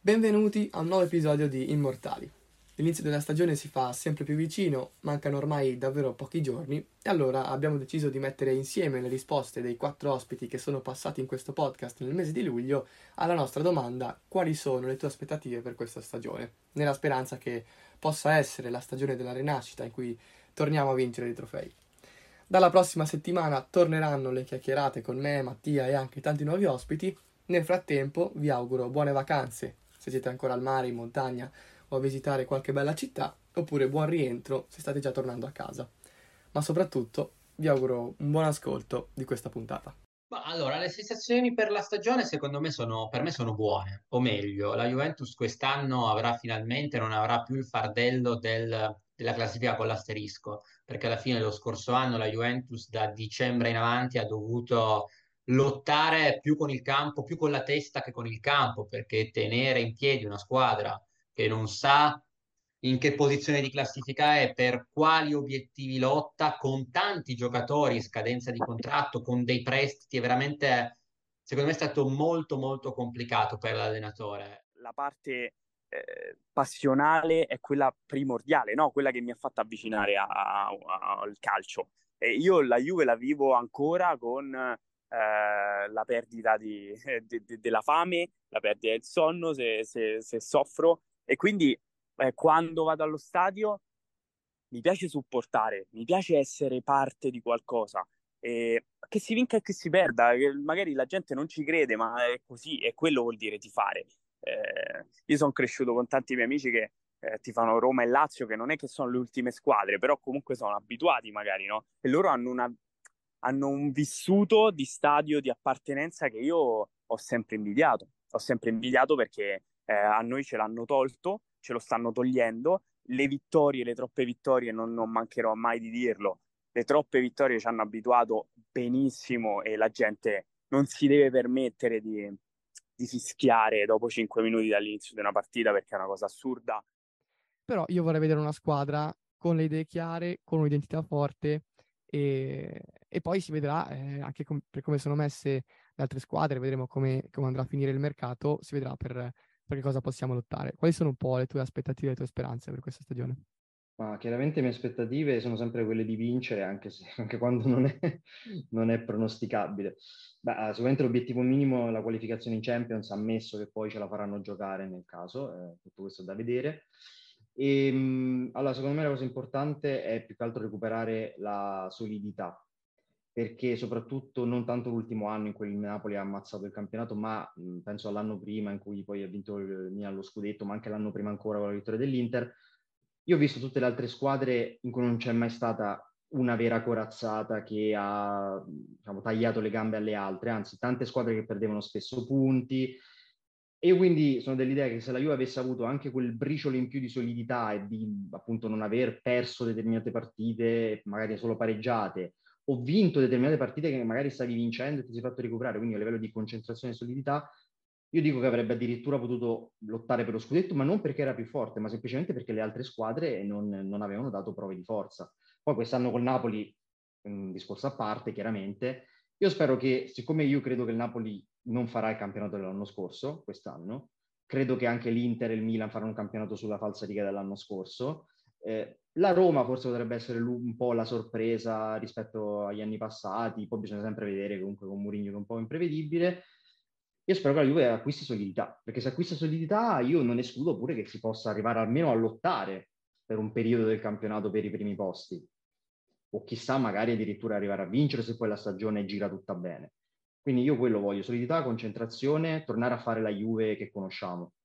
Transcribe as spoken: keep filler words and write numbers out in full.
Benvenuti a un nuovo episodio di Immortali. L'inizio della stagione si fa sempre più vicino, mancano ormai davvero pochi giorni e allora abbiamo deciso di mettere insieme le risposte dei quattro ospiti che sono passati in questo podcast nel mese di luglio alla nostra domanda: quali sono le tue aspettative per questa stagione? Nella speranza che possa essere la stagione della rinascita in cui torniamo a vincere i trofei. Dalla prossima settimana torneranno le chiacchierate con me, Mattia e anche tanti nuovi ospiti. Nel frattempo vi auguro buone vacanze se siete ancora al mare, in montagna o a visitare qualche bella città, oppure buon rientro se state già tornando a casa. Ma soprattutto vi auguro un buon ascolto di questa puntata. Ma allora, le sensazioni per la stagione secondo me sono, per me sono buone, o meglio, la Juventus quest'anno avrà finalmente, non avrà più il fardello del- della classifica con l'asterisco, perché alla fine lo scorso anno la Juventus da dicembre in avanti ha dovuto lottare più con il campo, più con la testa che con il campo, perché tenere in piedi una squadra che non sa in che posizione di classifica è, per quali obiettivi lotta, con tanti giocatori in scadenza di contratto, con dei prestiti, è veramente, secondo me è stato molto molto complicato per l'allenatore. La parte eh, passionale è quella primordiale, no? Quella che mi ha fatto avvicinare a- a- al calcio. E io la Juve la vivo ancora con eh, la perdita di- de- de- della fame, la perdita del sonno, se, se- se soffro. E quindi eh, quando vado allo stadio mi piace supportare, mi piace essere parte di qualcosa. E che si vinca e che si perda, che magari la gente non ci crede, ma è così, e quello vuol dire tifare. Eh, io sono cresciuto con tanti miei amici che eh, tifano Roma e Lazio, che non è che sono le ultime squadre, però comunque sono abituati magari, no? E loro hanno una- hanno un vissuto di stadio di appartenenza che io ho sempre invidiato. Ho sempre invidiato perché eh, a noi ce l'hanno tolto, ce lo stanno togliendo. Le vittorie, le troppe vittorie, non, non mancherò mai di dirlo, le troppe vittorie ci hanno abituato benissimo e la gente non si deve permettere di, di fischiare dopo cinque minuti dall'inizio di una partita, perché è una cosa assurda. Però io vorrei vedere una squadra con le idee chiare, con un'identità forte e, e poi si vedrà eh, anche com- per come sono messe le altre squadre, vedremo come, come andrà a finire il mercato, si vedrà per, per che cosa possiamo lottare. Quali sono un po' le tue aspettative e le tue speranze per questa stagione? Ma chiaramente le mie aspettative sono sempre quelle di vincere, anche, se, anche quando non è, non è pronosticabile. Beh, eh, sicuramente l'obiettivo minimo è la qualificazione in Champions, ammesso che poi ce la faranno giocare nel caso, eh, tutto questo è da vedere. E, mh, allora, secondo me la cosa importante è più che altro recuperare la solidità, perché soprattutto non tanto l'ultimo anno in cui il Napoli ha ammazzato il campionato, ma mh, penso all'anno prima in cui poi ha vinto il Milan lo scudetto, ma anche l'anno prima ancora con la vittoria dell'Inter. Io ho visto tutte le altre squadre in cui non c'è mai stata una vera corazzata che ha, diciamo, tagliato le gambe alle altre, anzi tante squadre che perdevano spesso punti. E io quindi sono dell'idea che se la Juve avesse avuto anche quel briciolo in più di solidità e di appunto non aver perso determinate partite, magari solo pareggiate, o vinto determinate partite che magari stavi vincendo e ti sei fatto recuperare, quindi a livello di concentrazione e solidità, io dico che avrebbe addirittura potuto lottare per lo scudetto, ma non perché era più forte, ma semplicemente perché le altre squadre non, non avevano dato prove di forza. Poi quest'anno col Napoli, un discorso a parte, chiaramente, io spero che, siccome io credo che il Napoli non farà il campionato dell'anno scorso, quest'anno, credo che anche l'Inter e il Milan faranno un campionato sulla falsariga dell'anno scorso. Eh, la Roma forse potrebbe essere un po' la sorpresa rispetto agli anni passati, poi bisogna sempre vedere comunque con Mourinho che è un po' imprevedibile. Io spero che la Juve acquisti solidità, perché se acquista solidità io non escludo pure che si possa arrivare almeno a lottare per un periodo del campionato per i primi posti, o chissà magari addirittura arrivare a vincere se poi la stagione gira tutta bene. Quindi io quello voglio, solidità, concentrazione, tornare a fare la Juve che conosciamo.